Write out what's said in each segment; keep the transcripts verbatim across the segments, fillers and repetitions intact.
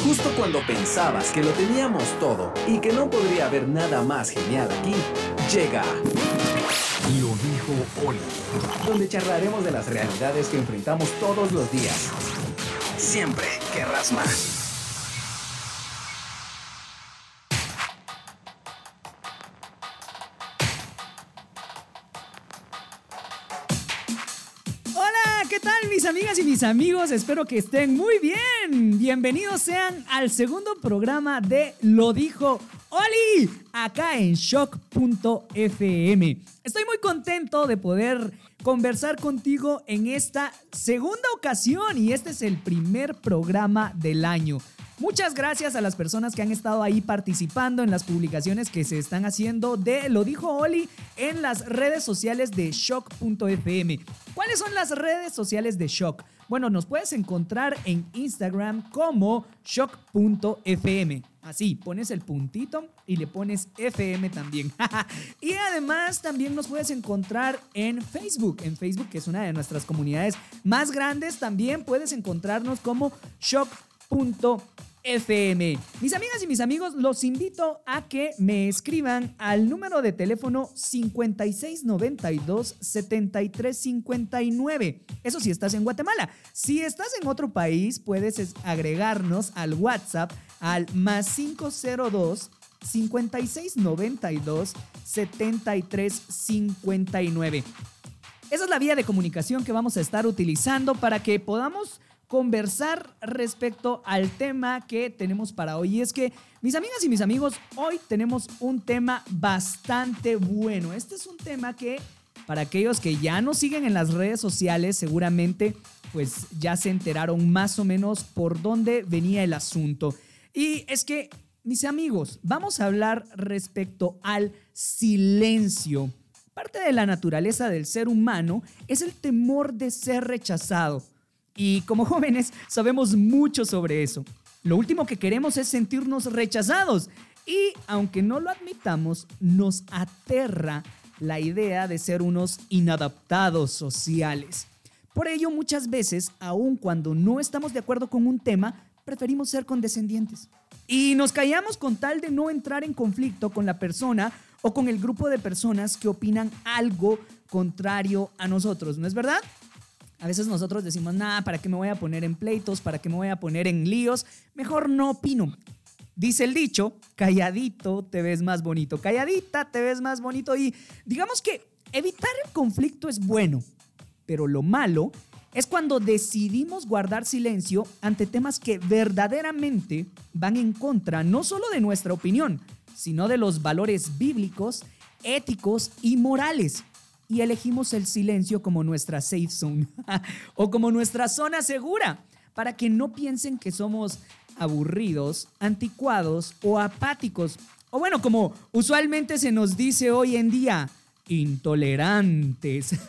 Justo cuando pensabas que lo teníamos todo y que no podría haber nada más genial aquí, llega Lo dijo Oli, donde charlaremos de las realidades que enfrentamos todos los días. Siempre querrás más. ¿Qué tal, mis amigas y mis amigos? Espero que estén muy bien. Bienvenidos sean al segundo programa de Lo dijo Oli, acá en shock punto f m. Estoy muy contento de poder conversar contigo en esta segunda ocasión y este es el primer programa del año. Muchas gracias a las personas que han estado ahí participando en las publicaciones que se están haciendo de Lo dijo Oli en las redes sociales de shock punto f m. ¿Cuáles son las redes sociales de Shock? Bueno, nos puedes encontrar en Instagram como shock punto f m. Así, pones el puntito y le pones F M también. Y además también nos puedes encontrar en Facebook. En Facebook, que es una de nuestras comunidades más grandes, también puedes encontrarnos como shock punto f m. Mis amigas y mis amigos, los invito a que me escriban al número de teléfono cincuenta y seis noventa y dos setenta y tres cincuenta y nueve. Eso si estás en Guatemala. Si estás en otro país, puedes agregarnos al WhatsApp al más cinco cero dos cincuenta y seis noventa y dos setenta y tres cincuenta y nueve. Esa es la vía de comunicación que vamos a estar utilizando para que podamos conversar respecto al tema que tenemos para hoy. Y es que, mis amigas y mis amigos, hoy tenemos un tema bastante bueno. Este es un tema que, para aquellos que ya nos siguen en las redes sociales, seguramente pues ya se enteraron más o menos por dónde venía el asunto. Y es que, mis amigos, vamos a hablar respecto al silencio. Parte de la naturaleza del ser humano es el temor de ser rechazado. Y como jóvenes sabemos mucho sobre eso. Lo último que queremos es sentirnos rechazados. Y aunque no lo admitamos, nos aterra la idea de ser unos inadaptados sociales. Por ello, muchas veces, aun cuando no estamos de acuerdo con un tema, preferimos ser condescendientes. Y nos callamos con tal de no entrar en conflicto con la persona o con el grupo de personas que opinan algo contrario a nosotros, ¿no es verdad? A veces nosotros decimos, nada, ¿para qué me voy a poner en pleitos? ¿Para qué me voy a poner en líos? Mejor no opino. Dice el dicho, calladito te ves más bonito. Calladita te ves más bonito. Y digamos que evitar el conflicto es bueno, pero lo malo es cuando decidimos guardar silencio ante temas que verdaderamente van en contra no solo de nuestra opinión, sino de los valores bíblicos, éticos y morales. Y elegimos el silencio como nuestra safe zone o como nuestra zona segura para que no piensen que somos aburridos, anticuados o apáticos. O bueno, como usualmente se nos dice hoy en día, intolerantes.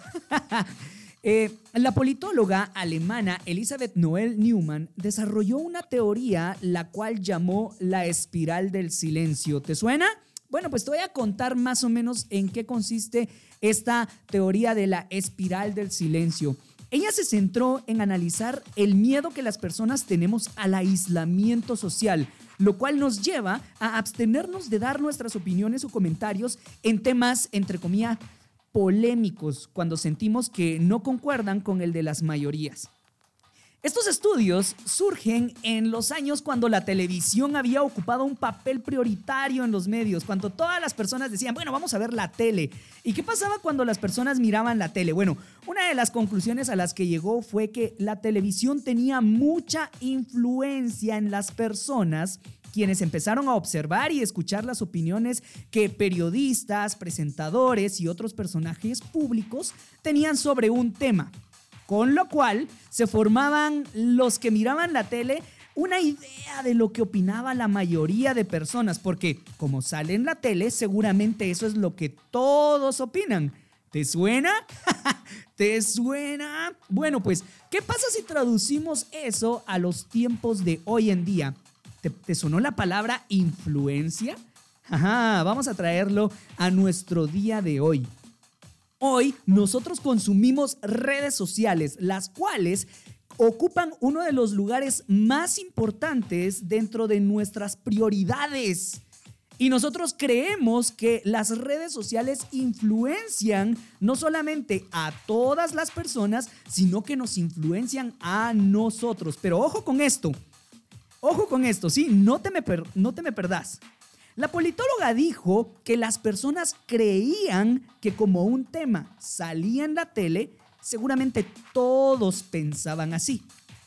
eh, la politóloga alemana Elisabeth Noel Neumann desarrolló una teoría la cual llamó la espiral del silencio. ¿Te suena? Bueno, pues te voy a contar más o menos en qué consiste esta teoría de la espiral del silencio. Ella se centró en analizar el miedo que las personas tenemos al aislamiento social, lo cual nos lleva a abstenernos de dar nuestras opiniones o comentarios en temas, entre comillas, polémicos, cuando sentimos que no concuerdan con el de las mayorías. Estos estudios surgen en los años cuando la televisión había ocupado un papel prioritario en los medios, cuando todas las personas decían, bueno, vamos a ver la tele. ¿Y qué pasaba cuando las personas miraban la tele? Bueno, una de las conclusiones a las que llegó fue que la televisión tenía mucha influencia en las personas, quienes empezaron a observar y escuchar las opiniones que periodistas, presentadores y otros personajes públicos tenían sobre un tema. Con lo cual se formaban los que miraban la tele una idea de lo que opinaba la mayoría de personas, porque como sale en la tele, seguramente eso es lo que todos opinan. ¿Te suena? ¿Te suena? Bueno, pues, ¿qué pasa si traducimos eso a los tiempos de hoy en día? ¿Te, te sonó la palabra influencia? Ajá, vamos a traerlo a nuestro día de hoy. Hoy nosotros consumimos redes sociales, las cuales ocupan uno de los lugares más importantes dentro de nuestras prioridades. Y nosotros creemos que las redes sociales influencian no solamente a todas las personas, sino que nos influencian a nosotros. Pero ojo con esto, ojo con esto, sí, no te me, per- no te me perdás. La politóloga dijo que las personas creían que como un tema salía en la tele, seguramente todos pensaban así.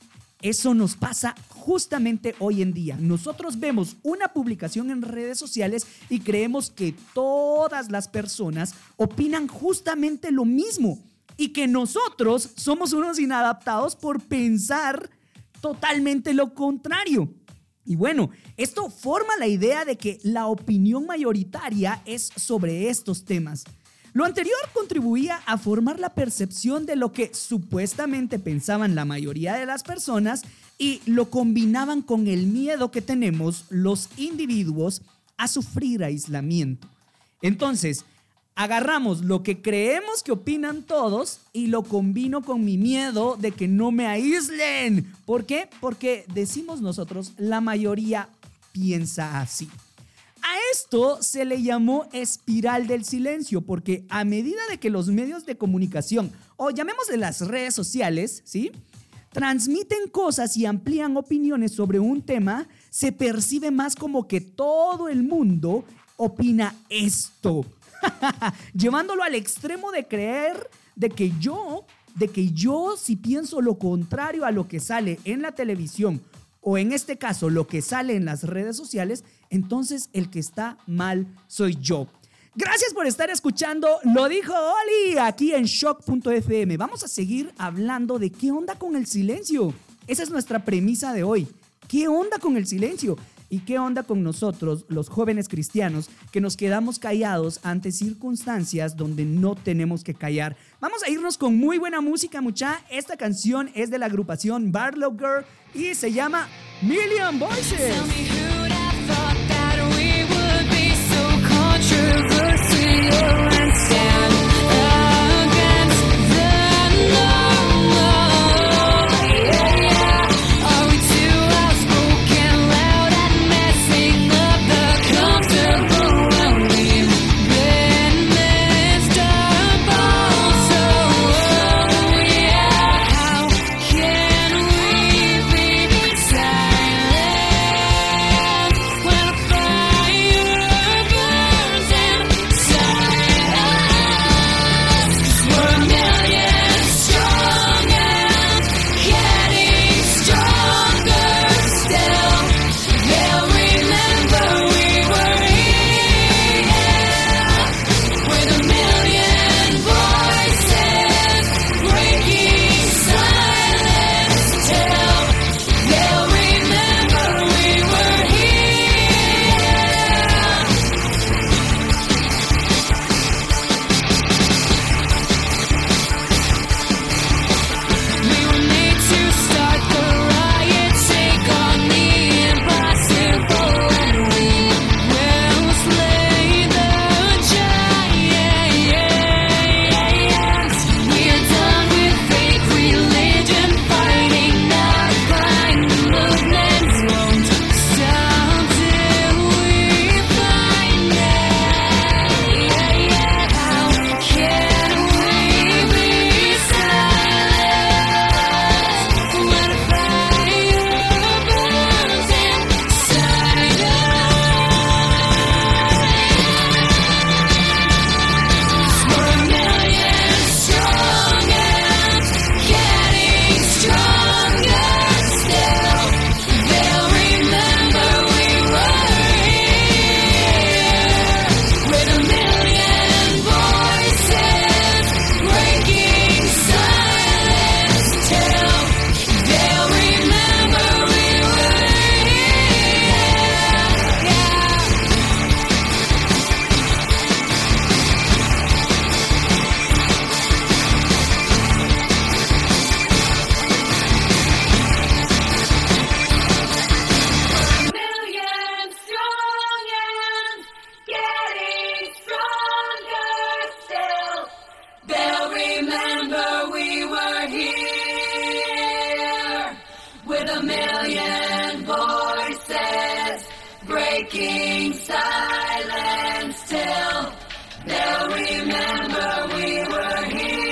Eso nos pasa justamente hoy en día. Nosotros vemos una publicación en redes sociales y creemos que todas las personas opinan justamente lo mismo y que nosotros somos unos inadaptados por pensar totalmente lo contrario. Y bueno, esto forma la idea de que la opinión mayoritaria es sobre estos temas. Lo anterior contribuía a formar la percepción de lo que supuestamente pensaban la mayoría de las personas y lo combinaban con el miedo que tenemos los individuos a sufrir aislamiento. Entonces, agarramos lo que creemos que opinan todos y lo combino con mi miedo de que no me aíslen. ¿Por qué? Porque decimos nosotros, la mayoría piensa así. A esto se le llamó espiral del silencio porque a medida de que los medios de comunicación, o llamémosle las redes sociales, ¿sí?, transmiten cosas y amplían opiniones sobre un tema, se percibe más como que todo el mundo opina esto. Llevándolo al extremo de creer de que yo, de que yo si pienso lo contrario a lo que sale en la televisión, o en este caso lo que sale en las redes sociales, entonces el que está mal soy yo. Gracias por estar escuchando Lo Dijo Oli aquí en shock punto f m. Vamos a seguir hablando de qué onda con el silencio. Esa es nuestra premisa de hoy. ¿Qué onda con el silencio? ¿Y qué onda con nosotros, los jóvenes cristianos, que nos quedamos callados ante circunstancias donde no tenemos que callar? Vamos a irnos con muy buena música, mucha. Esta canción es de la agrupación Barlow Girl y se llama Million Voices. When a fire burns and breaking silence till they'll remember we were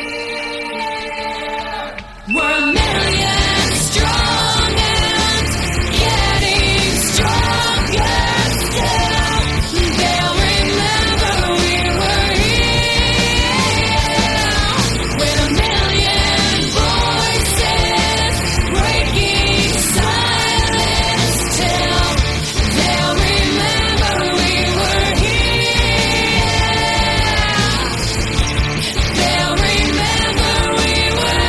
here. We're a million strong and getting stronger still. They'll remember we were here. With a million voices breaking silence till they'll remember we were here. They'll remember we were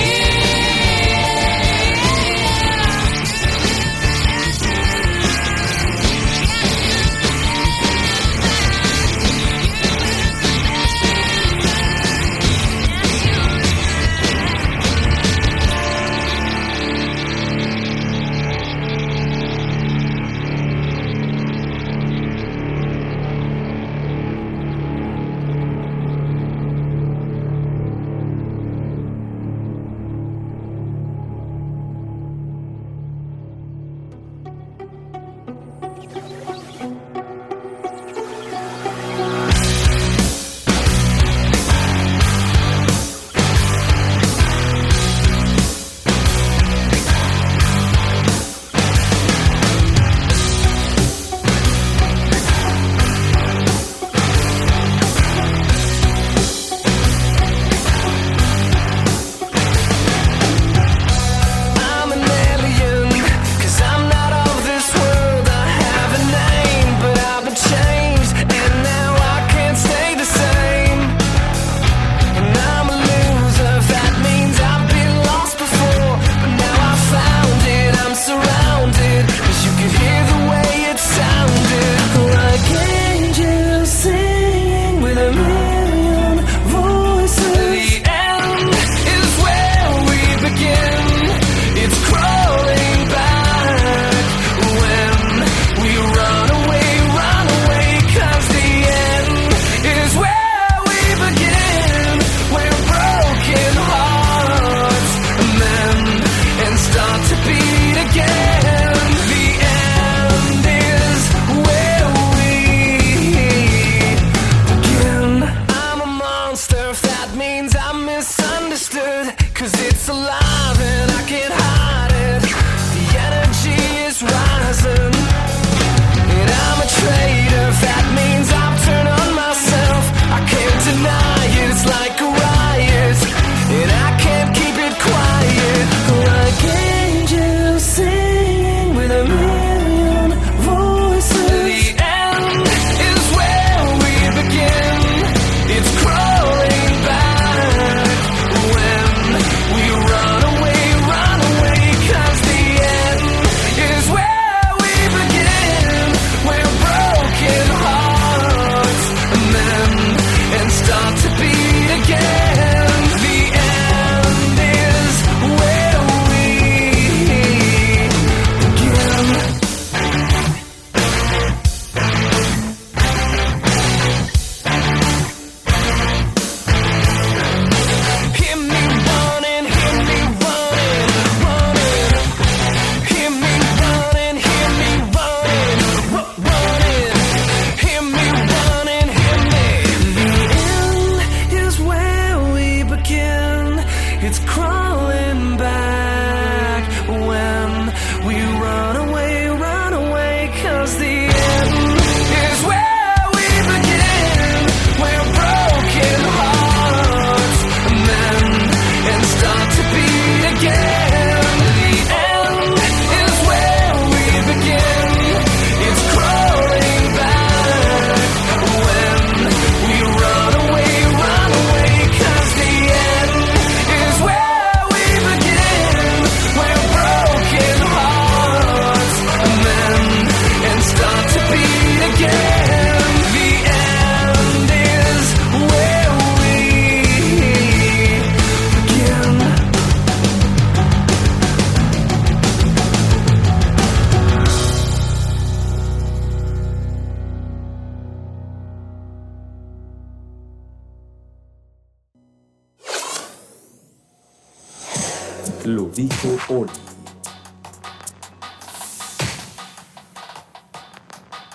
Lo dijo Oli.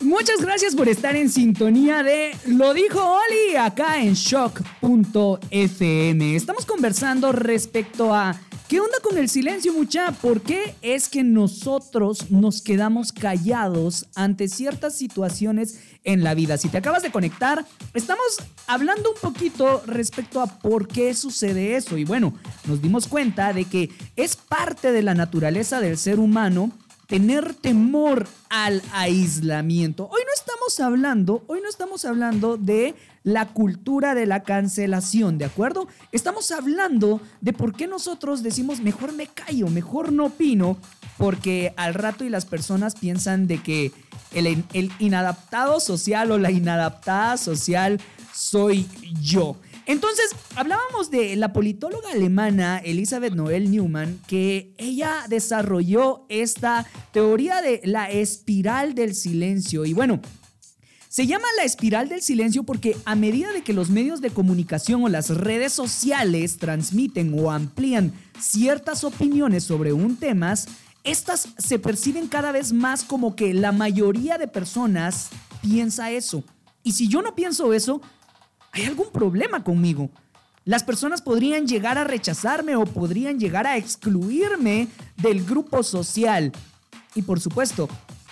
Muchas gracias por estar en sintonía de Lo Dijo Oli acá en shock punto f m. Estamos conversando respecto a ¿qué onda con el silencio, mucha? ¿Por qué es que nosotros nos quedamos callados ante ciertas situaciones en la vida? Si te acabas de conectar, estamos hablando un poquito respecto a por qué sucede eso. Y bueno, nos dimos cuenta de que es parte de la naturaleza del ser humano tener temor al aislamiento. Hoy no estamos hablando, hoy no estamos hablando de la cultura de la cancelación, ¿de acuerdo? Estamos hablando de por qué nosotros decimos mejor me callo, mejor no opino, porque al rato y las personas piensan de que el, el inadaptado social o la inadaptada social soy yo. Entonces, hablábamos de la politóloga alemana Elisabeth Noel Neumann, que ella desarrolló esta teoría de la espiral del silencio. Y bueno, se llama la espiral del silencio porque a medida de que los medios de comunicación o las redes sociales transmiten o amplían ciertas opiniones sobre un tema, estas se perciben cada vez más como que la mayoría de personas piensa eso. Y si yo no pienso eso, ¿hay algún problema conmigo? Las personas podrían llegar a rechazarme o podrían llegar a excluirme del grupo social. Y por supuesto,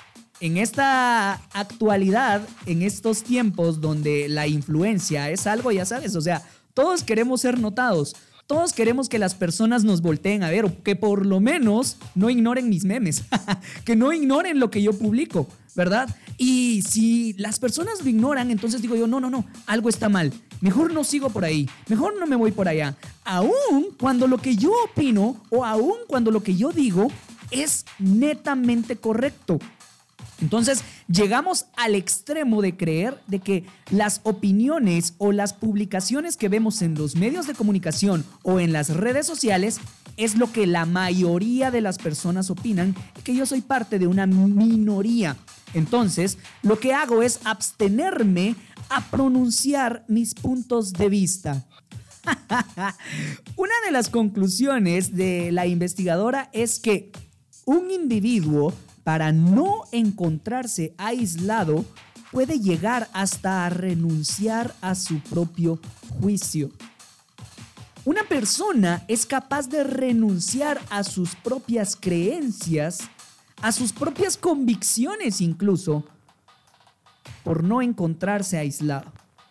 en esta actualidad, en estos tiempos donde la influencia es algo, ya sabes, o sea, todos queremos ser notados. Todos queremos que las personas nos volteen a ver o que por lo menos no ignoren mis memes, que no ignoren lo que yo publico, ¿verdad? Y si las personas lo ignoran, entonces digo yo, no, no, no, algo está mal. Mejor no sigo por ahí, mejor no me voy por allá. Aún cuando lo que yo opino o aún cuando lo que yo digo es netamente correcto. Entonces llegamos al extremo de creer de que las opiniones o las publicaciones que vemos en los medios de comunicación o en las redes sociales es lo que la mayoría de las personas opinan y que yo soy parte de una minoría. Entonces, lo que hago es abstenerme a pronunciar mis puntos de vista. Una de las conclusiones de la investigadora es que un individuo, para no encontrarse aislado, puede llegar hasta a renunciar a su propio juicio. Una persona es capaz de renunciar a sus propias creencias, a sus propias convicciones incluso, por no encontrarse aislado.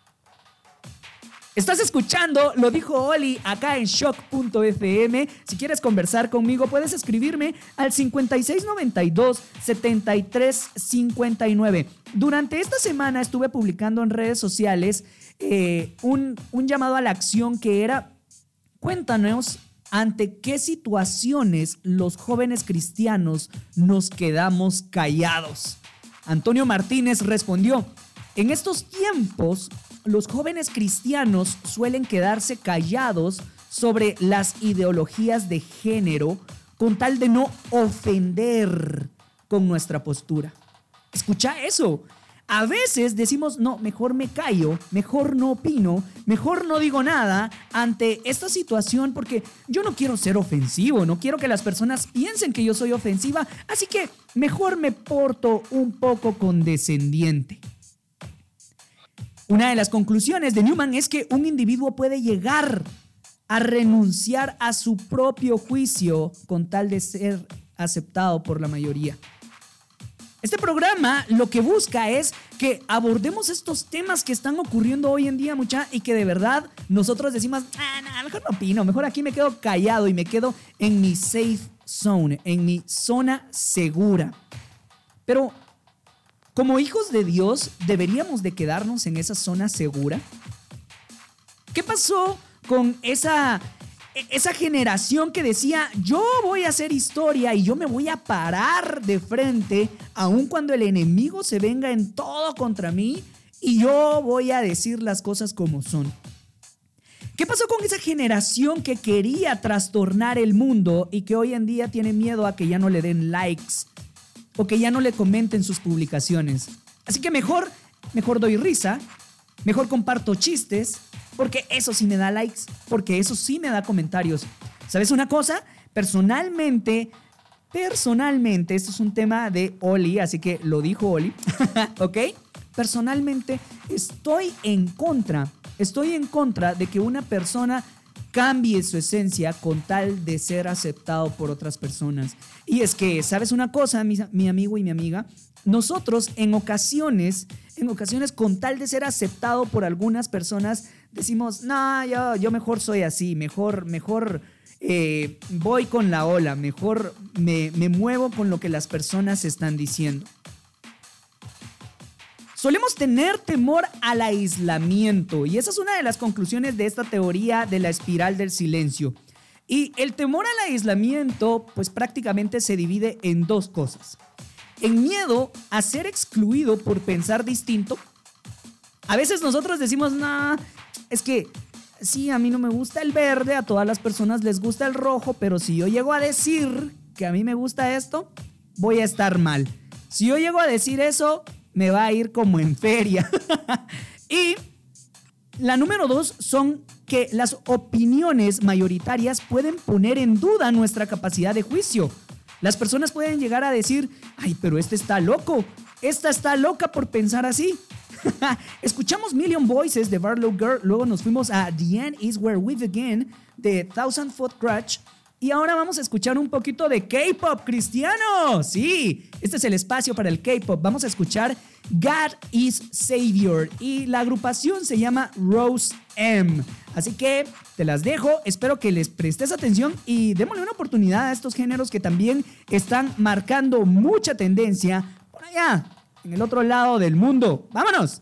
Estás escuchando Lo Dijo Oli acá en shock punto f m. Si quieres conversar conmigo, puedes escribirme al cincuenta y seis noventa y dos setenta y tres cincuenta y nueve. Durante esta semana estuve publicando en redes sociales eh, un, un llamado a la acción que era: cuéntanos ante qué situaciones los jóvenes cristianos nos quedamos callados. Antonio Martínez respondió: en estos tiempos, los jóvenes cristianos suelen quedarse callados sobre las ideologías de género con tal de no ofender con nuestra postura. Escucha eso. A veces decimos, no, mejor me callo, mejor no opino, mejor no digo nada ante esta situación porque yo no quiero ser ofensivo, no quiero que las personas piensen que yo soy ofensiva, así que mejor me porto un poco condescendiente. Una de las conclusiones de Neumann es que un individuo puede llegar a renunciar a su propio juicio con tal de ser aceptado por la mayoría. Este programa lo que busca es que abordemos estos temas que están ocurriendo hoy en día, mucha, y que de verdad nosotros decimos, ah, no, mejor no opino, mejor aquí me quedo callado y me quedo en mi safe zone, en mi zona segura. Pero como hijos de Dios, ¿deberíamos de quedarnos en esa zona segura? ¿Qué pasó con esa, esa generación que decía, yo voy a hacer historia y yo me voy a parar de frente aun cuando el enemigo se venga en todo contra mí y yo voy a decir las cosas como son? ¿Qué pasó con esa generación que quería trastornar el mundo y que hoy en día tiene miedo a que ya no le den likes o que ya no le comenten sus publicaciones? Así que mejor, mejor doy risa, mejor comparto chistes, porque eso sí me da likes, porque eso sí me da comentarios. ¿Sabes una cosa? Personalmente, personalmente, esto es un tema de Oli, así que lo dijo Oli, ¿ok? Personalmente estoy en contra, estoy en contra de que una persona cambie su esencia con tal de ser aceptado por otras personas. Y es que, ¿sabes una cosa, mi, mi amigo y mi amiga? Nosotros en ocasiones, en ocasiones con tal de ser aceptado por algunas personas, decimos, no, yo, yo mejor soy así, mejor, mejor eh, voy con la ola, mejor me, me muevo con lo que las personas están diciendo. Solemos tener temor al aislamiento y esa es una de las conclusiones de esta teoría de la espiral del silencio. Y el temor al aislamiento pues prácticamente se divide en dos cosas. En miedo a ser excluido por pensar distinto. A veces nosotros decimos, no, es que sí, a mí no me gusta el verde, a todas las personas les gusta el rojo, pero si yo llego a decir que a mí me gusta esto, voy a estar mal. Si yo llego a decir eso, me va a ir como en feria. Y la número dos son que las opiniones mayoritarias pueden poner en duda nuestra capacidad de juicio. Las personas pueden llegar a decir, ay, pero este está loco, esta está loca por pensar así. Escuchamos Million Voices de Barlow Girl, luego nos fuimos a The End Is Where We Begin de Thousand Foot Crutch. Y ahora vamos a escuchar un poquito de K-pop cristiano. Sí, este es el espacio para el K-pop. Vamos a escuchar God is Savior y la agrupación se llama Rose M. Así que te las dejo, espero que les prestes atención y démosle una oportunidad a estos géneros que también están marcando mucha tendencia por allá, en el otro lado del mundo. ¡Vámonos!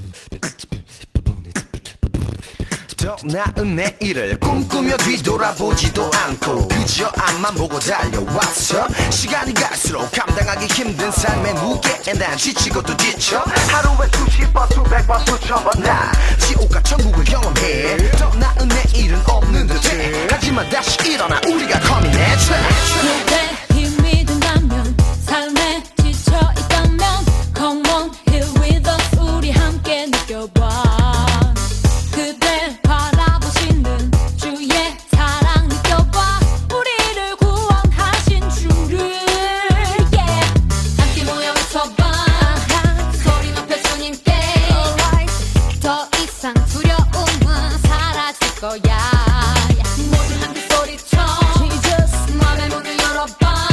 더 나은 내일을 꿈꾸며 뒤돌아보지도 않고 그저 앞만 보고 달려왔어. 시간이 갈수록 감당하기 힘든 삶의 무게에 난 지치고 또 지쳐. 하루에 수십 번 수백 번 수천 번 나 지옥과 천국을 경험해. 더 나은 내일은 없는 듯해. 하지만 다시 일어나 우리가 coming at you. 그대 힘이 든다면 삶에 지쳐있다면 Come on here with us 우리 함께 느껴봐. 그대 바라보시는 주의 사랑 느껴봐. 우리를 구원하신 주를 yeah. 함께 모여 외쳐봐. 소리 높여 주님께 더 이상 두려움은 사라질 거야. 모두 함께 소리쳐 Jesus 맘의 문을 열어봐.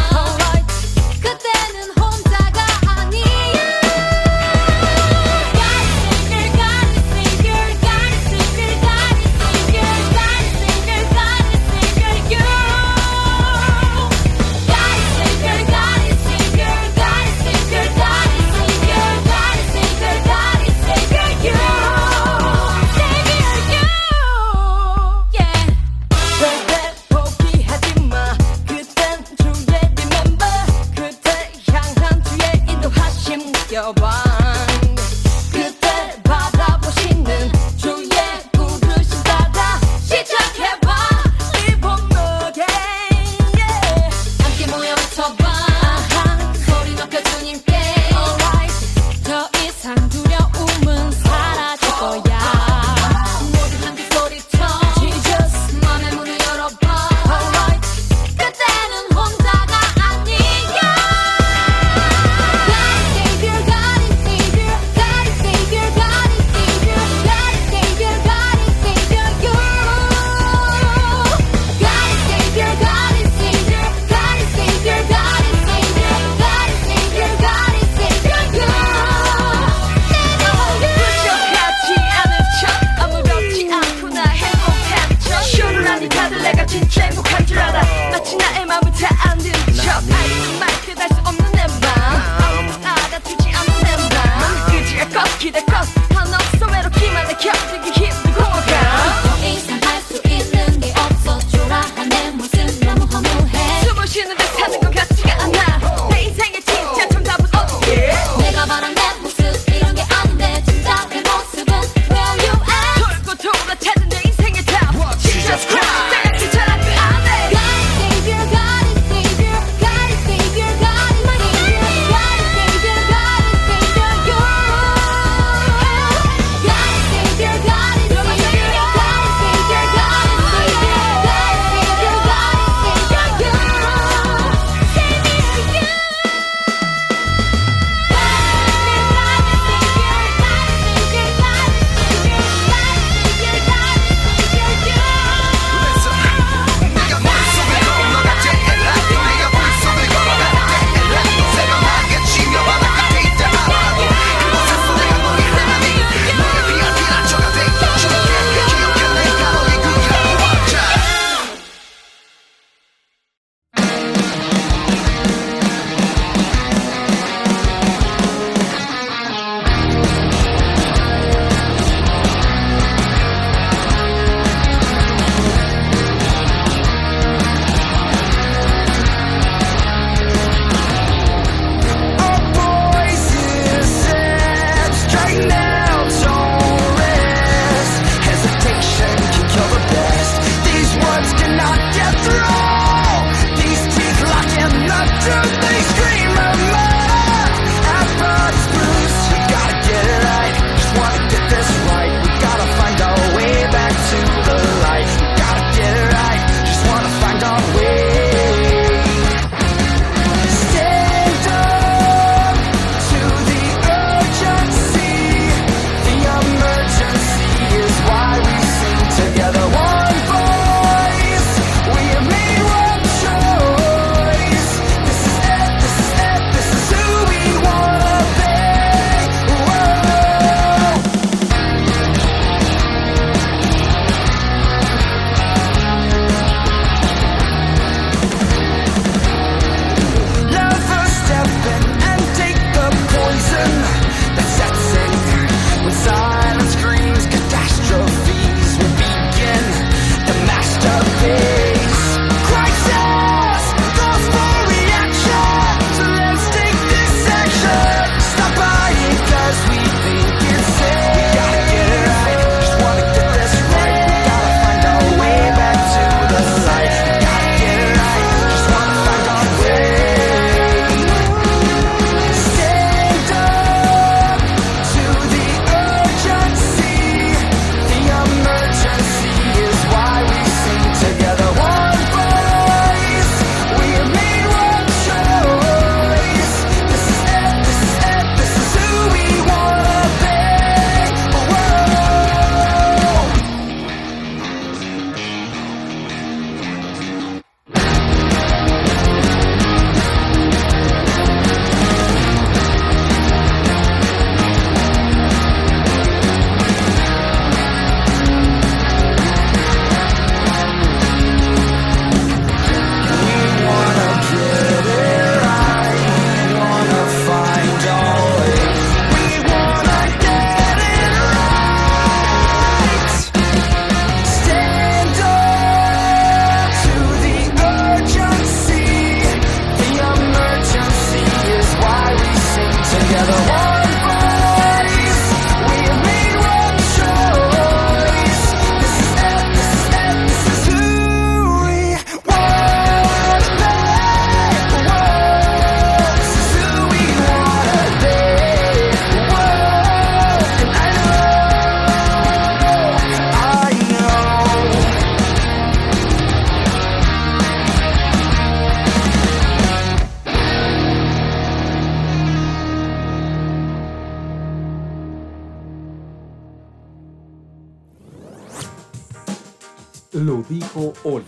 Lo dijo Oli.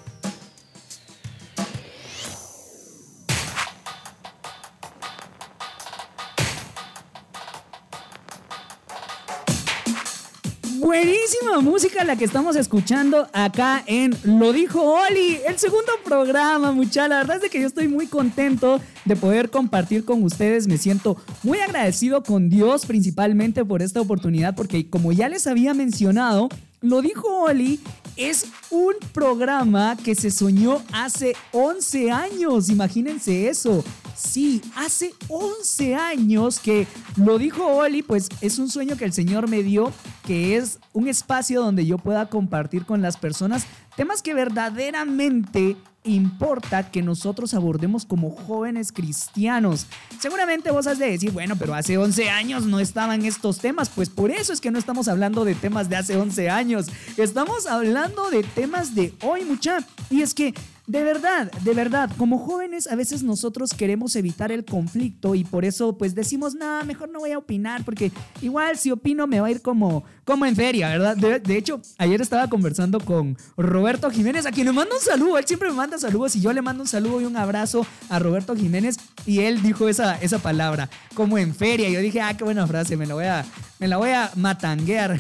Buenísima música la que estamos escuchando acá en Lo dijo Oli, el segundo programa, mucha. La verdad es de que yo estoy muy contento de poder compartir con ustedes. Me siento muy agradecido con Dios principalmente por esta oportunidad, porque como ya les había mencionado, Lo dijo Oli es un programa que se soñó hace once años. Imagínense eso. Sí, hace once años que Lo dijo Oli, pues es un sueño que el Señor me dio, que es un espacio donde yo pueda compartir con las personas temas que verdaderamente importa que nosotros abordemos como jóvenes cristianos. Seguramente vos has de decir, bueno, pero hace once años no estaban estos temas. Pues por eso es que no estamos hablando de temas de hace once años. Estamos hablando de temas de hoy, mucha. Y es que de verdad, de verdad, como jóvenes a veces nosotros queremos evitar el conflicto y por eso pues decimos, no, mejor no voy a opinar porque igual si opino me va a ir como, como en feria, ¿verdad? De, de hecho, ayer estaba conversando con Roberto Jiménez, a quien le mando un saludo. Él siempre me manda saludos y yo le mando un saludo y un abrazo a Roberto Jiménez y él dijo esa, esa palabra, como en feria. Y yo dije, ah, qué buena frase, me la voy a, me la voy a matanguear.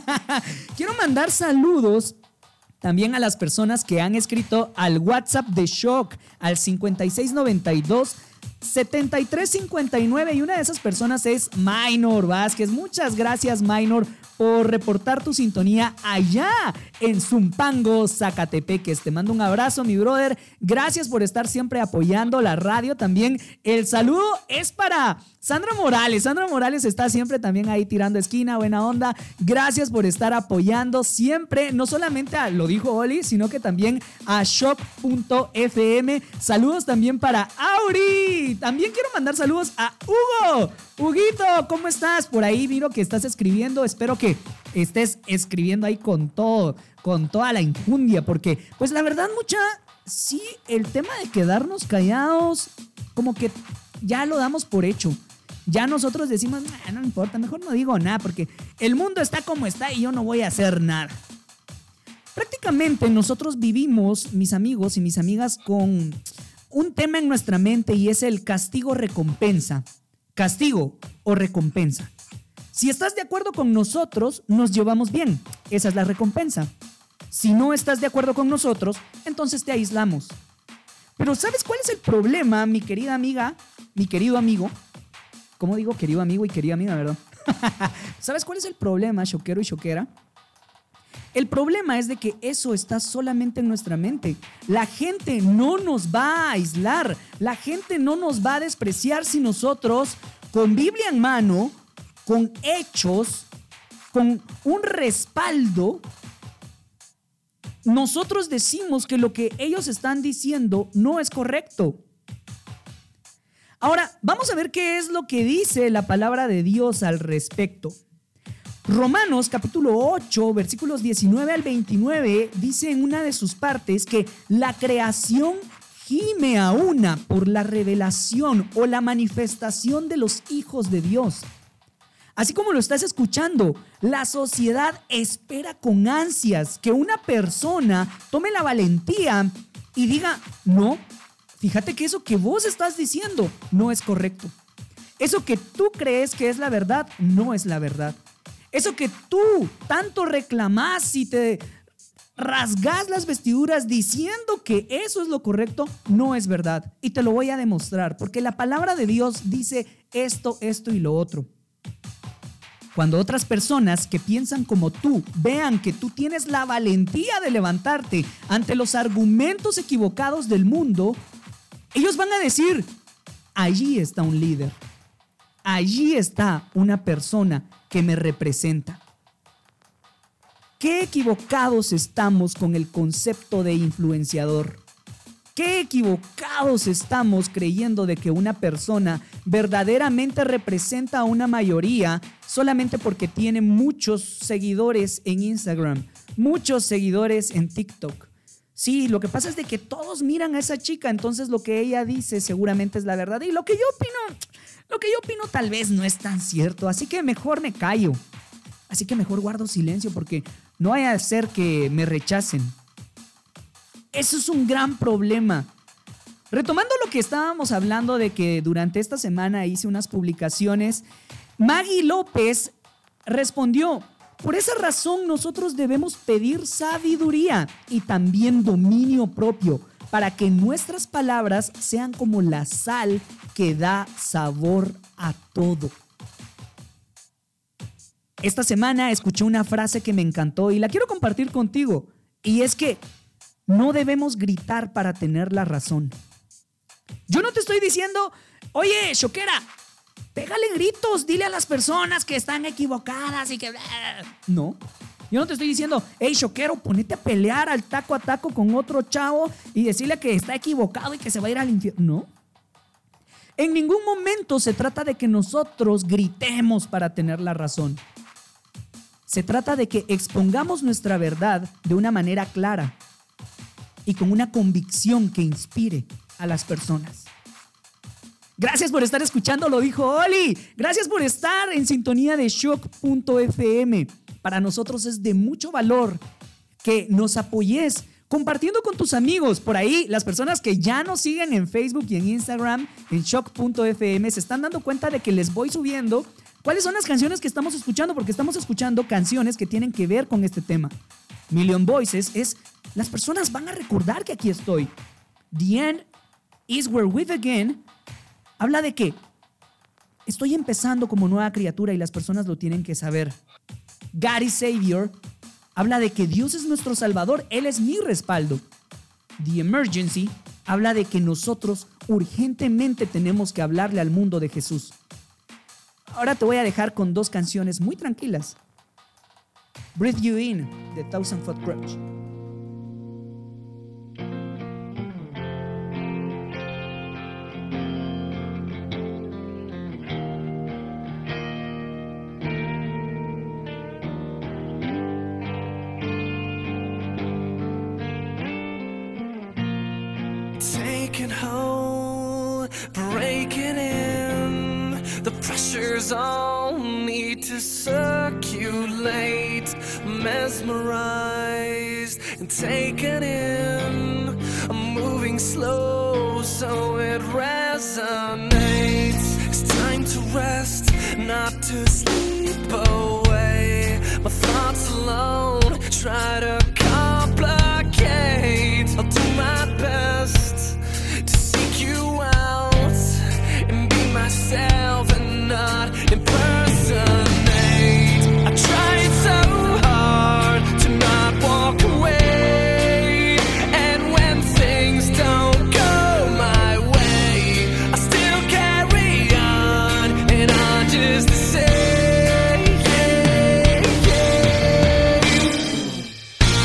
Quiero mandar saludos también a las personas que han escrito al WhatsApp de Shock, al cincuenta y seis noventa y dos setenta y tres cincuenta y nueve, y una de esas personas es Minor Vázquez. Muchas gracias, Minor, por reportar tu sintonía allá en Zumpango, Zacatepeques. Te mando un abrazo, mi brother. Gracias por estar siempre apoyando la radio. También el saludo es para Sandra Morales. Sandra Morales está siempre también ahí tirando esquina, buena onda. Gracias por estar apoyando siempre, no solamente a Lo dijo Oli, sino que también a Shock punto F M. Saludos también para Auri. También quiero mandar saludos a Hugo. Huguito, ¿cómo estás? Por ahí miro que estás escribiendo. Espero que estés escribiendo ahí con todo, con toda la injundia, porque pues la verdad, mucha, sí, el tema de quedarnos callados, como que ya lo damos por hecho. Ya nosotros decimos, nah, no importa, mejor no digo nada porque el mundo está como está y yo no voy a hacer nada. Prácticamente nosotros vivimos, mis amigos y mis amigas, con un tema en nuestra mente y es el castigo-recompensa. Castigo o recompensa. Si estás de acuerdo con nosotros, nos llevamos bien. Esa es la recompensa. Si no estás de acuerdo con nosotros, entonces te aislamos. Pero ¿sabes cuál es el problema, mi querida amiga, mi querido amigo? ¿Cómo digo querido amigo y querida amiga, verdad? ¿Sabes cuál es el problema, choquero y choquera? El problema es de que eso está solamente en nuestra mente. La gente no nos va a aislar. La gente no nos va a despreciar si nosotros, con Biblia en mano, con hechos, con un respaldo, nosotros decimos que lo que ellos están diciendo no es correcto. Ahora, vamos a ver qué es lo que dice la palabra de Dios al respecto. Romanos capítulo ocho, versículos diecinueve al veintinueve, dice en una de sus partes que la creación gime a una por la revelación o la manifestación de los hijos de Dios. Así como lo estás escuchando, la sociedad espera con ansias que una persona tome la valentía y diga, no, fíjate que eso que vos estás diciendo no es correcto. Eso que tú crees que es la verdad, no es la verdad. Eso que tú tanto reclamás y te rasgas las vestiduras diciendo que eso es lo correcto, no es verdad. Y te lo voy a demostrar, porque la palabra de Dios dice esto, esto y lo otro. Cuando otras personas que piensan como tú vean que tú tienes la valentía de levantarte ante los argumentos equivocados del mundo, ellos van a decir, allí está un líder, allí está una persona que me representa. Qué equivocados estamos con el concepto de influenciador. Qué equivocados estamos creyendo de que una persona verdaderamente representa a una mayoría solamente porque tiene muchos seguidores en Instagram, muchos seguidores en TikTok. Sí, lo que pasa es de que todos miran a esa chica, entonces lo que ella dice seguramente es la verdad. Y lo que yo opino, lo que yo opino tal vez no es tan cierto, así que mejor me callo. Así que mejor guardo silencio porque no vaya a ser que me rechacen. Eso es un gran problema. Retomando lo que estábamos hablando de que durante esta semana hice unas publicaciones, Maggie López respondió: por esa razón nosotros debemos pedir sabiduría y también dominio propio para que nuestras palabras sean como la sal que da sabor a todo. Esta semana escuché una frase que me encantó y la quiero compartir contigo, y es que no debemos gritar para tener la razón. Yo no te estoy diciendo, oye, Shokera, pégale gritos, dile a las personas que están equivocadas y que... No, yo no te estoy diciendo, hey, Shokero, ponete a pelear al taco a taco con otro chavo y decirle que está equivocado y que se va a ir al infierno. No. En ningún momento se trata de que nosotros gritemos para tener la razón. Se trata de que expongamos nuestra verdad de una manera clara y con una convicción que inspire a las personas. Gracias por estar escuchando Lo Dijo Oli. Gracias por estar en sintonía de shock punto f m. Para nosotros es de mucho valor que nos apoyes compartiendo con tus amigos. Por ahí, las personas que ya nos siguen en Facebook y en Instagram, en shock punto f m, se están dando cuenta de que les voy subiendo cuáles son las canciones que estamos escuchando, porque estamos escuchando canciones que tienen que ver con este tema. Million Voices es, las personas van a recordar que aquí estoy. The End is We're With Again habla de que estoy empezando como nueva criatura y las personas lo tienen que saber. God is Savior habla de que Dios es nuestro Salvador, Él es mi respaldo. The Emergency habla de que nosotros urgentemente tenemos que hablarle al mundo de Jesús. Ahora te voy a dejar con dos canciones muy tranquilas. Breathe You In, de Thousand Foot Krutch. Taking hold, breaking in. The pressure's on me to circulate. Mesmerized and taken in. I'm moving slow so it resonates. It's time to rest, not to sleep away. My thoughts alone try to complicate. I'll do my best to seek you out and be myself and not impersonate. I tried so hard to not walk away, and when things don't go my way, I still carry on, and I just say, yeah, yeah.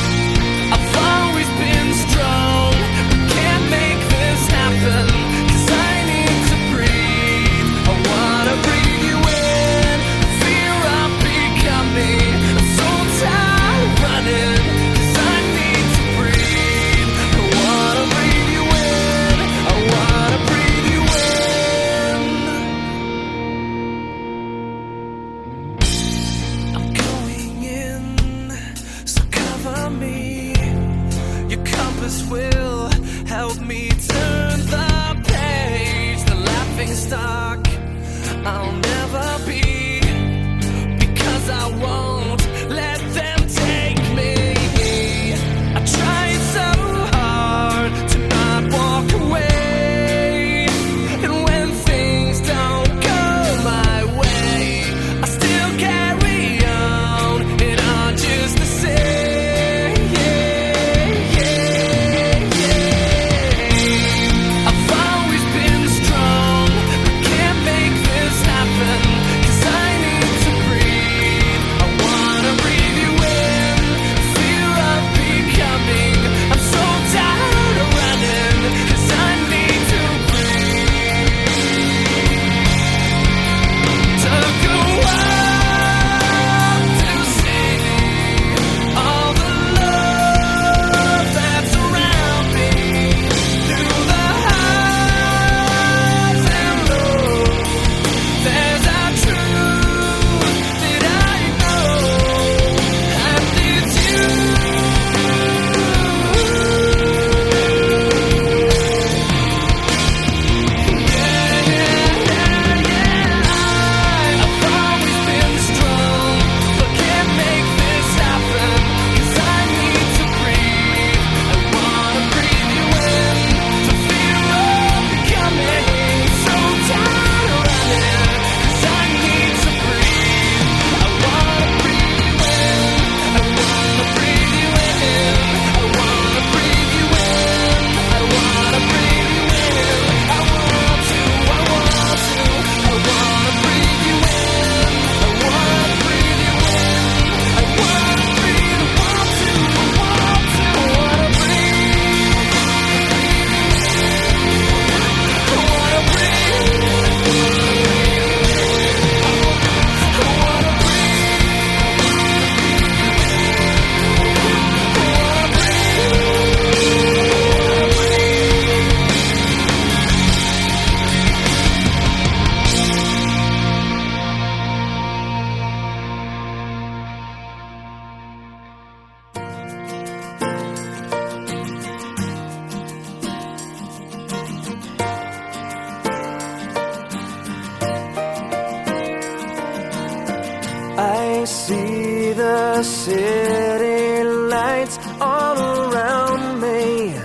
see the city lights all around me.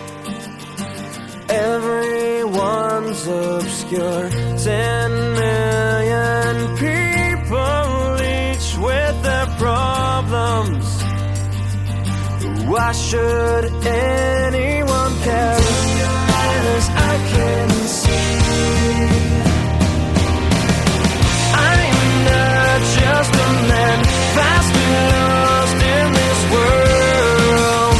Everyone's obscure. Ten million people, each with their problems. Why should anyone care? As I can see, I'm not just a man fast lost in this world,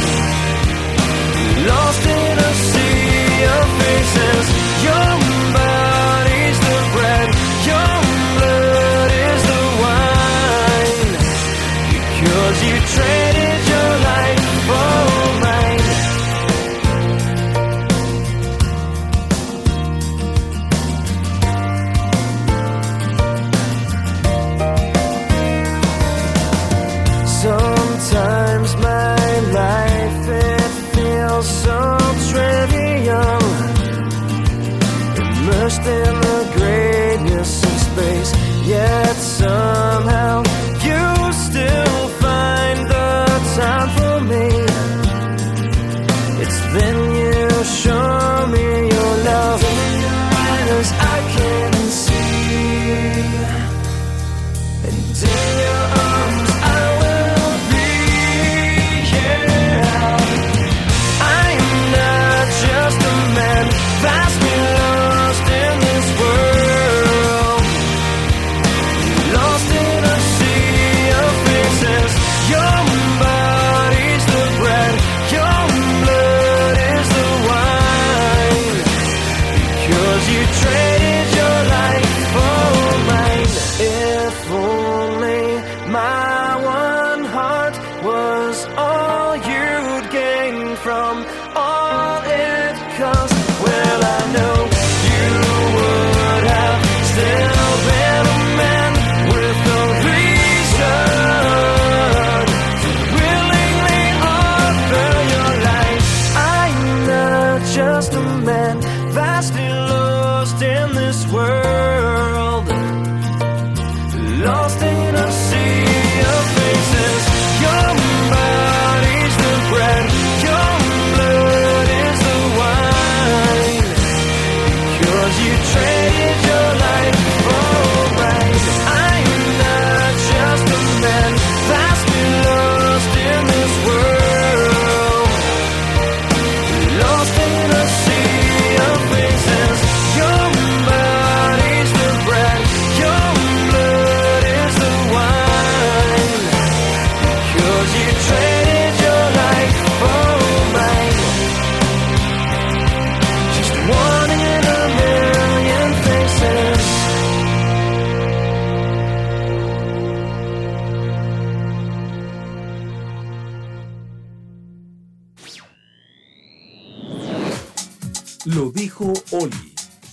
lost in a sea of faces. Your body's the bread, your blood is the wine, because you traded your life for mine. Sometimes my life, it feels so trivial, immersed in the greatness of space, yet somehow you still find the time for me. It's then you show me your love in your eyes I can see, and in your arms I will be, yeah. I'm not just a man vastly lost in this world, lost in a sea of faces. Your body's the bread, your blood is the wine, because you traded your life for mine. If only my one heart was all you'd gain from all it cost. Well, I know you would have still been a man with no reason to willingly offer your life. I'm not just a man vastly lost in this world, lost in a sea of faces. Your body's the bread, your blood is the wine, because you traded your life for mine. I'm not just a man vastly lost in this world, lost in a sea of faces. Your body's the bread, your blood is the wine, because you traded your life for mine. Just one in a million faces. Lo dijo Oli.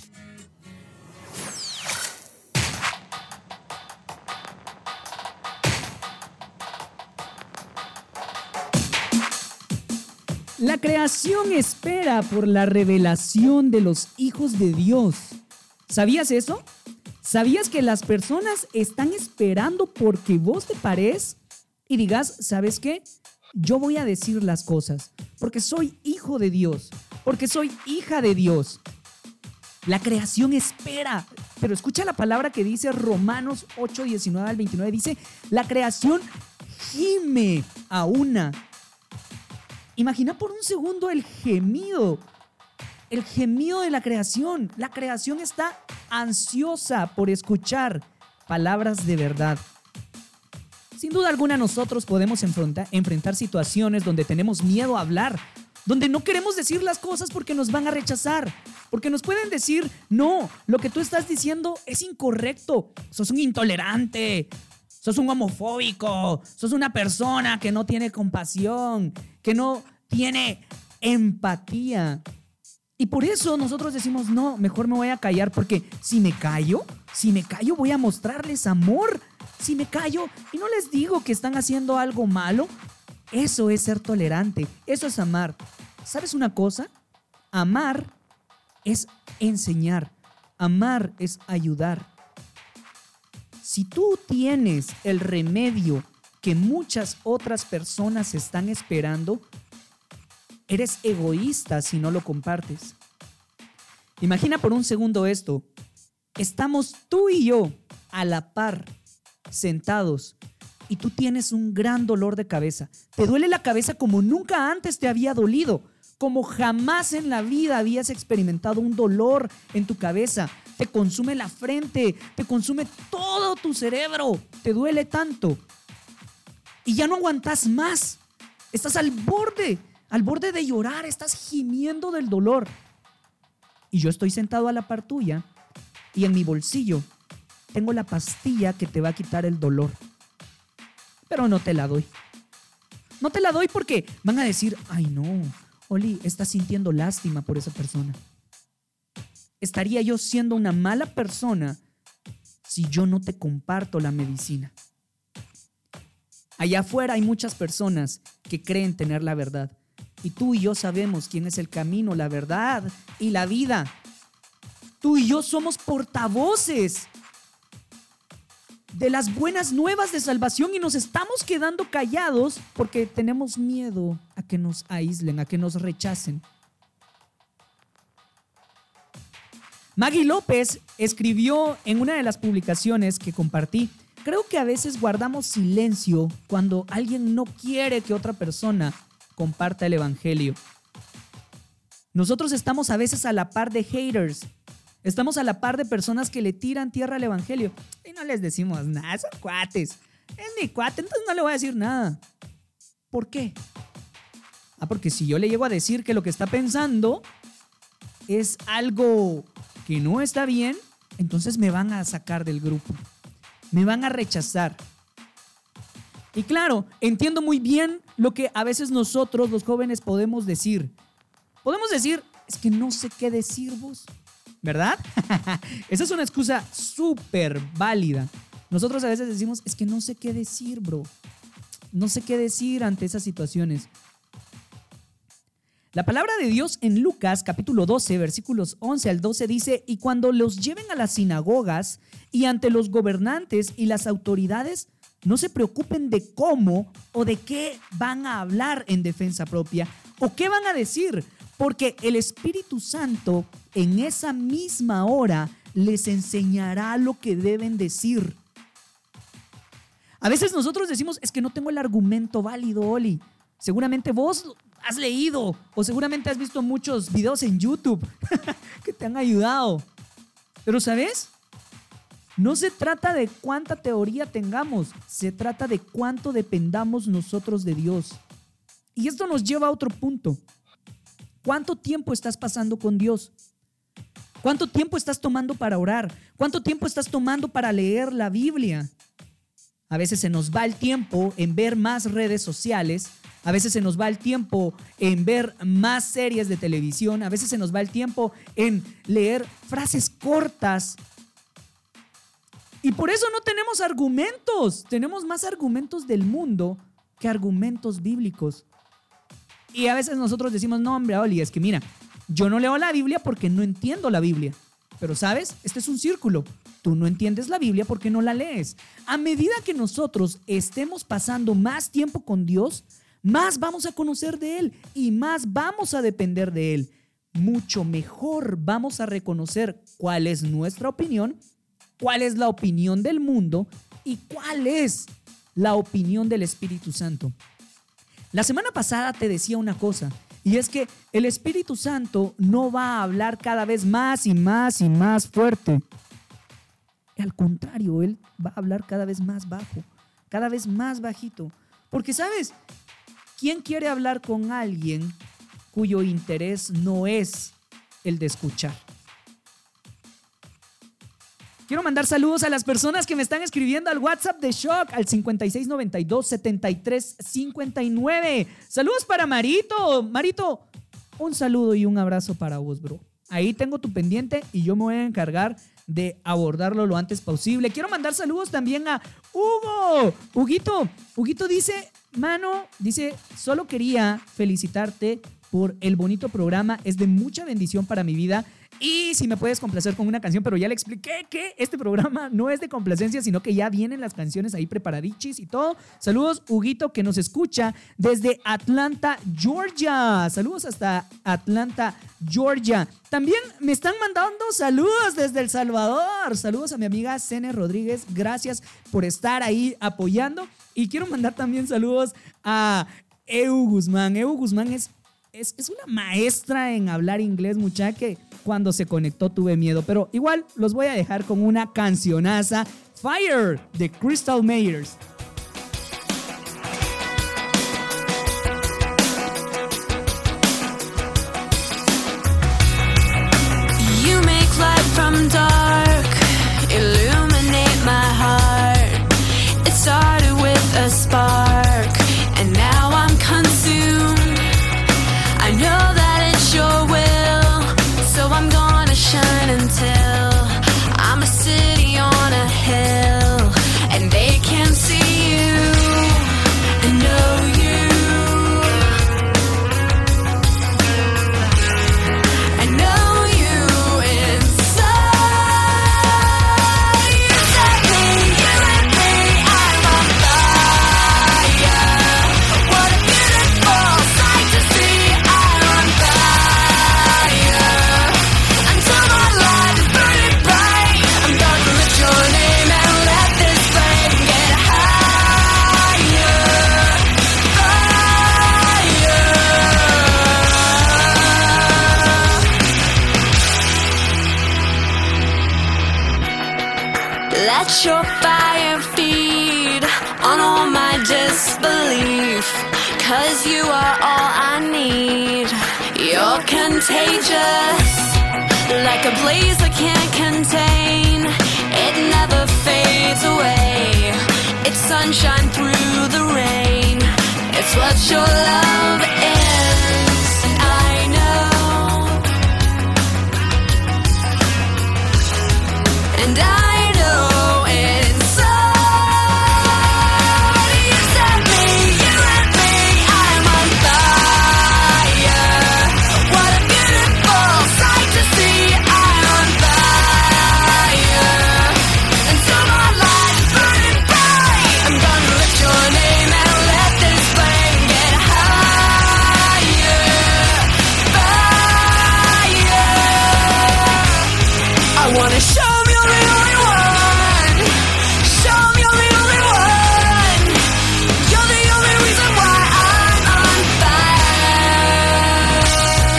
La creación espera por la revelación de los hijos de Dios. ¿Sabías eso? ¿Sabías que las personas están esperando porque vos te pares y digas, ¿sabes qué? Yo voy a decir las cosas porque soy hijo de Dios, porque soy hija de Dios. La creación espera. Pero escucha la palabra que dice Romanos ocho, diecinueve al veintinueve. Dice, la creación gime a una. Imagina por un segundo el gemido, el gemido de la creación. La creación está ansiosa por escuchar palabras de verdad. Sin duda alguna nosotros podemos enfrentar, enfrentar situaciones donde tenemos miedo a hablar, donde no queremos decir las cosas porque nos van a rechazar, porque nos pueden decir, no, lo que tú estás diciendo es incorrecto, sos un intolerante, sos un homofóbico, sos una persona que no tiene compasión, que no tiene empatía. Y por eso nosotros decimos, no, mejor me voy a callar, porque si me callo, si me callo voy a mostrarles amor. Si me callo y no les digo que están haciendo algo malo, eso es ser tolerante, eso es amar. ¿Sabes una cosa? Amar es enseñar, amar es ayudar. si tú tienes el remedio que muchas otras personas están esperando, eres egoísta si no lo compartes. Imagina por un segundo esto. Estamos tú y yo a la par, sentados, y tú tienes un gran dolor de cabeza. Te duele la cabeza como nunca antes te había dolido, como jamás en la vida habías experimentado un dolor en tu cabeza. Te consume la frente, te consume todo tu cerebro, te duele tanto. Y ya no aguantas más. Estás al borde, al borde de llorar, estás gimiendo del dolor. Y yo estoy sentado a la par tuya y en mi bolsillo tengo la pastilla que te va a quitar el dolor. Pero no te la doy. No te la doy porque van a decir, ay no, Oli, estás sintiendo lástima por esa persona. ¿Estaría yo siendo una mala persona si yo no te comparto la medicina? Allá afuera hay muchas personas que creen tener la verdad. Y tú y yo sabemos quién es el camino, la verdad y la vida. Tú y yo somos portavoces de las buenas nuevas de salvación y nos estamos quedando callados porque tenemos miedo a que nos aíslen, a que nos rechacen. Maggie López escribió en una de las publicaciones que compartí: creo que a veces guardamos silencio cuando alguien no quiere que otra persona comparta el evangelio. Nosotros estamos a veces a la par de haters. Estamos a la par de personas que le tiran tierra al evangelio y no les decimos nada, son cuates. Es mi cuate, entonces no le voy a decir nada. ¿Por qué? Ah, porque si yo le llego a decir que lo que está pensando es algo que no está bien, entonces me van a sacar del grupo. Me van a rechazar. Y claro, entiendo muy bien lo que a veces nosotros, los jóvenes, podemos decir. Podemos decir, es que no sé qué decir vos. ¿Verdad? Esa es una excusa súper válida. Nosotros a veces decimos, es que no sé qué decir, bro. No sé qué decir ante esas situaciones. La palabra de Dios en Lucas capítulo doce, versículos once al doce dice: y cuando los lleven a las sinagogas y ante los gobernantes y las autoridades, no se preocupen de cómo o de qué van a hablar en defensa propia o qué van a decir, porque el Espíritu Santo en esa misma hora les enseñará lo que deben decir. A veces nosotros decimos, es que no tengo el argumento válido, Oli. Seguramente vos has leído o seguramente has visto muchos videos en YouTube que te han ayudado. Pero ¿sabes? No se trata de cuánta teoría tengamos, se trata de cuánto dependamos nosotros de Dios. Y esto nos lleva a otro punto. ¿Cuánto tiempo estás pasando con Dios? ¿Cuánto tiempo estás tomando para orar? ¿Cuánto tiempo estás tomando para leer la Biblia? A veces se nos va el tiempo en ver más redes sociales. A veces se nos va el tiempo en ver más series de televisión. A veces se nos va el tiempo en leer frases cortas. Y por eso no tenemos argumentos. Tenemos más argumentos del mundo que argumentos bíblicos. Y a veces nosotros decimos, no hombre, Oli, es que mira, yo no leo la Biblia porque no entiendo la Biblia. Pero ¿sabes? Este es un círculo. Tú no entiendes la Biblia porque no la lees. A medida que nosotros estemos pasando más tiempo con Dios, más vamos a conocer de Él y más vamos a depender de Él. Mucho mejor vamos a reconocer cuál es nuestra opinión, cuál es la opinión del mundo y cuál es la opinión del Espíritu Santo. La semana pasada te decía una cosa, y es que el Espíritu Santo no va a hablar cada vez más y más y más fuerte. Al contrario, Él va a hablar cada vez más bajo, cada vez más bajito. Porque, ¿sabes? ¿Quién quiere hablar con alguien cuyo interés no es el de escuchar? Quiero mandar saludos a las personas que me están escribiendo al WhatsApp de Shock al cincuenta y seis noventa y dos setenta y tres cincuenta y nueve. Saludos para Marito. Marito, un saludo y un abrazo para vos, bro. Ahí tengo tu pendiente y yo me voy a encargar de abordarlo lo antes posible. Quiero mandar saludos también a Hugo. Huguito, Huguito dice, mano, dice, solo quería felicitarte por el bonito programa. Es de mucha bendición para mi vida Y si me puedes complacer con una canción, pero ya le expliqué que este programa no es de complacencia, sino que ya vienen las canciones ahí preparadichis y todo. Saludos, Huguito, que nos escucha desde Atlanta, Georgia. Saludos hasta Atlanta, Georgia. También me están mandando saludos desde El Salvador. Saludos a mi amiga Cene Rodríguez. Gracias por estar ahí apoyando. Y quiero mandar también saludos a Eu Guzmán. Eu Guzmán es, es, es una maestra en hablar inglés, muchacha, que cuando se conectó tuve miedo. Pero igual los voy a dejar con una cancionaza, Fire, de Crystal Mayers. You make light from dark, illuminate my heart. It started with a spark, and now I'm consumed. I know that it's your will, so I'm gonna shine until I'm a city on a hill, and they can see you and know you. I know you inside. You set me, you and me, I'm on fire. What a beautiful sight to see. I'm on fire. Until my light is burning bright, I'm gonna lift your name and let this flame get higher. Fire. Let your fire feed on all my disbelief, 'cause you are all I need. You're contagious, like a blaze I can't contain. It never fades away. It's sunshine through the rain. It's what your love is, and I know. And I know inside. You set me, you and me, I'm on fire. What a beautiful sight to see. I'm on fire. Until my light is burning bright, I'm gonna lift your name and let this flame get higher. Fire. I wanna show me you're the only one. Show me you're the only one. You're the only reason why I'm on fire.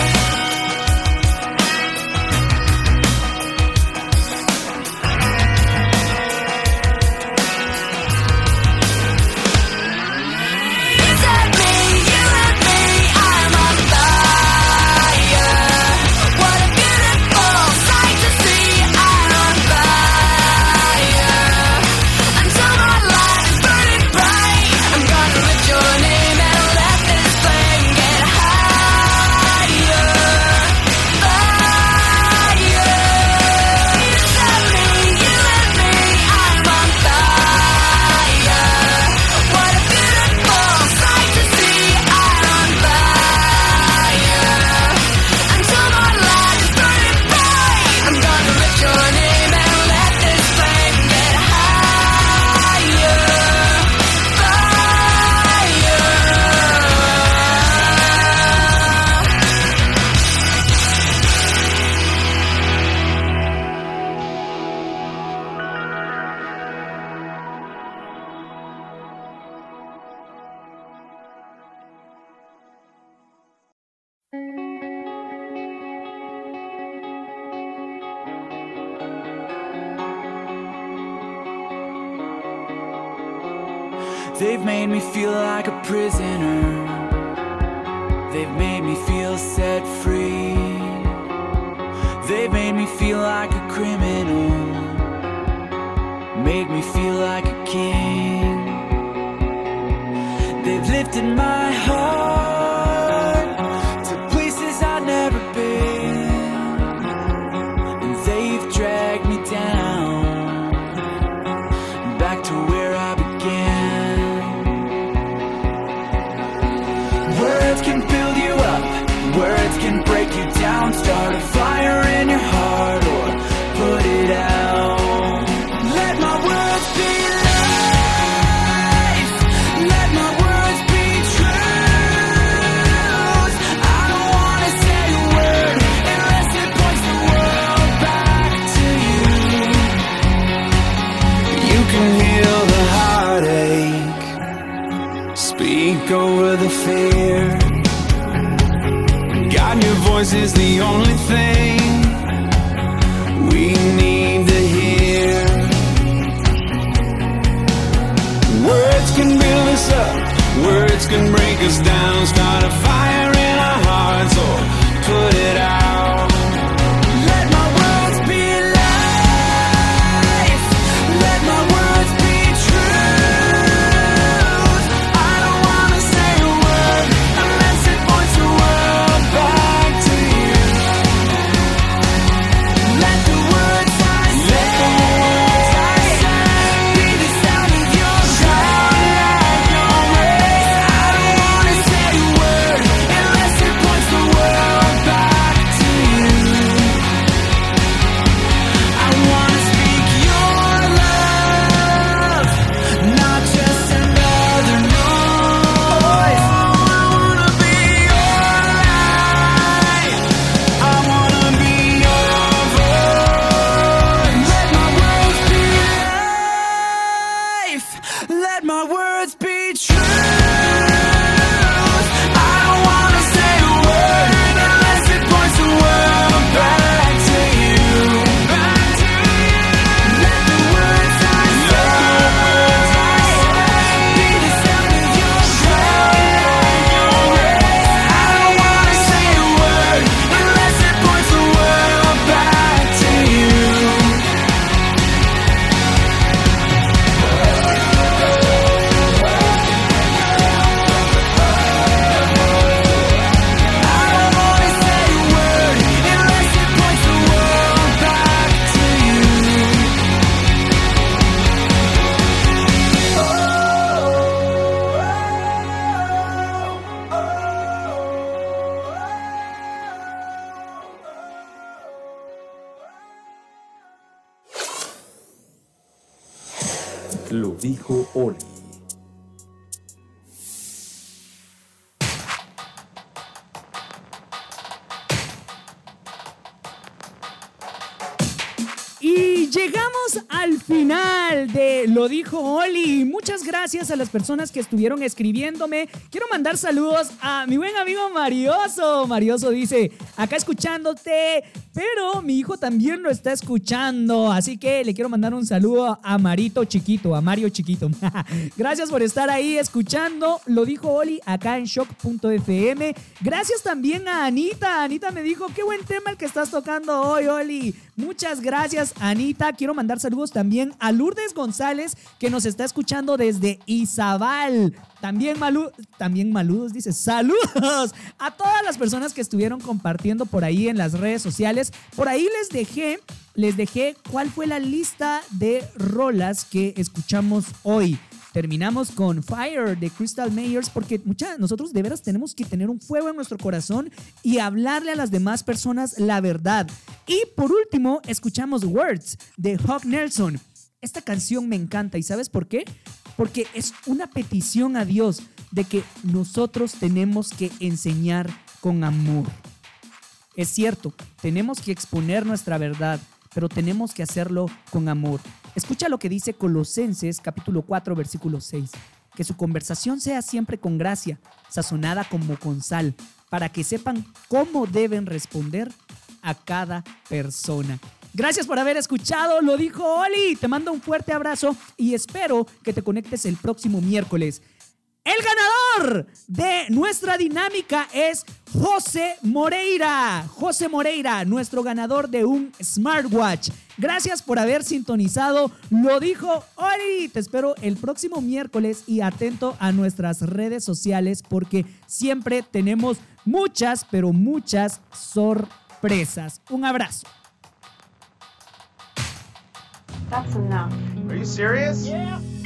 You set me, you and me, I'm on fire. What a beautiful sight to see. I'm on fire. Until my light is burning bright, I'm gonna lift your name and let this flame get higher. Fire. You set me, you and me, I'm on fire. What a beautiful sight to see. I'm on fire. Until my light is burning bright, I'm gonna lift your name and let this flame get higher. They've made me feel like a prisoner. They've made me feel set free. They've made me feel like a criminal. Made me feel like a king. They've lifted my heart to places I've never been. And they've dragged me down back to where I began. Words can build you up, words can break you down. Start a fire in your heart. over the fear. God, your voice is the only thing we need to hear. Words can build us up, words can break us down. Start a fire in our hearts or put it out. Let my words be life. Let my words be truth. I don't wanna say a word unless it points the world back to you. Let the words I say, be the sound of your sound like your race. I don't wanna say a word unless it points the world back to you. I wanna speak your love, not just another noise. I wanna be your light. I wanna be your voice. Let my words be life. Let my words be truth. I don't wanna say a word unless it points the world back to you. Back to you. Let the words I say be the sound of your sound like your race. I don't wanna say a word unless it points the world back to you. I don't wanna say a word unless it points the world back to you. Lo dijo Oli. Y llegamos al final de Lo dijo Oli. Muchas gracias a las personas que estuvieron escribiéndome. Quiero mandar saludos a mi buen amigo Marioso. Marioso dice, acá escuchándote, pero mi hijo también lo está escuchando. Así que le quiero mandar un saludo a Marito Chiquito, a Mario Chiquito. Gracias por estar ahí escuchando Lo dijo Oli acá en shock punto f m. Gracias también a Anita. Anita me dijo, qué buen tema el que estás tocando hoy, Oli. Muchas gracias, Anita. Quiero mandar saludos también a Lourdes González, que nos está escuchando desde Izabal. También, Malu, también Maludos, dice, saludos a todas las personas que estuvieron compartiendo por ahí en las redes sociales. Por ahí les dejé, les dejé cuál fue la lista de rolas que escuchamos hoy. Terminamos con Fire de Crystal Mayors, porque mucha, nosotros de veras tenemos que tener un fuego en nuestro corazón y hablarle a las demás personas la verdad. Y por último, escuchamos Words de Hawk Nelson. Esta canción me encanta, ¿y sabes por qué? Porque es una petición a Dios de que nosotros tenemos que enseñar con amor. Es cierto, tenemos que exponer nuestra verdad, pero tenemos que hacerlo con amor. Escucha lo que dice Colosenses capítulo cuatro versículo seis. Que su conversación sea siempre con gracia, sazonada como con sal, para que sepan cómo deben responder a cada persona. Gracias por haber escuchado Lo dijo Oli. Te mando un fuerte abrazo y espero que te conectes el próximo miércoles. El ganador de nuestra dinámica es José Moreira. José Moreira, nuestro ganador de un smartwatch. Gracias por haber sintonizado Lo dijo Oli. Te espero el próximo miércoles y atento a nuestras redes sociales porque siempre tenemos muchas, pero muchas sorpresas. Un abrazo. That's enough. Are you serious? Yeah.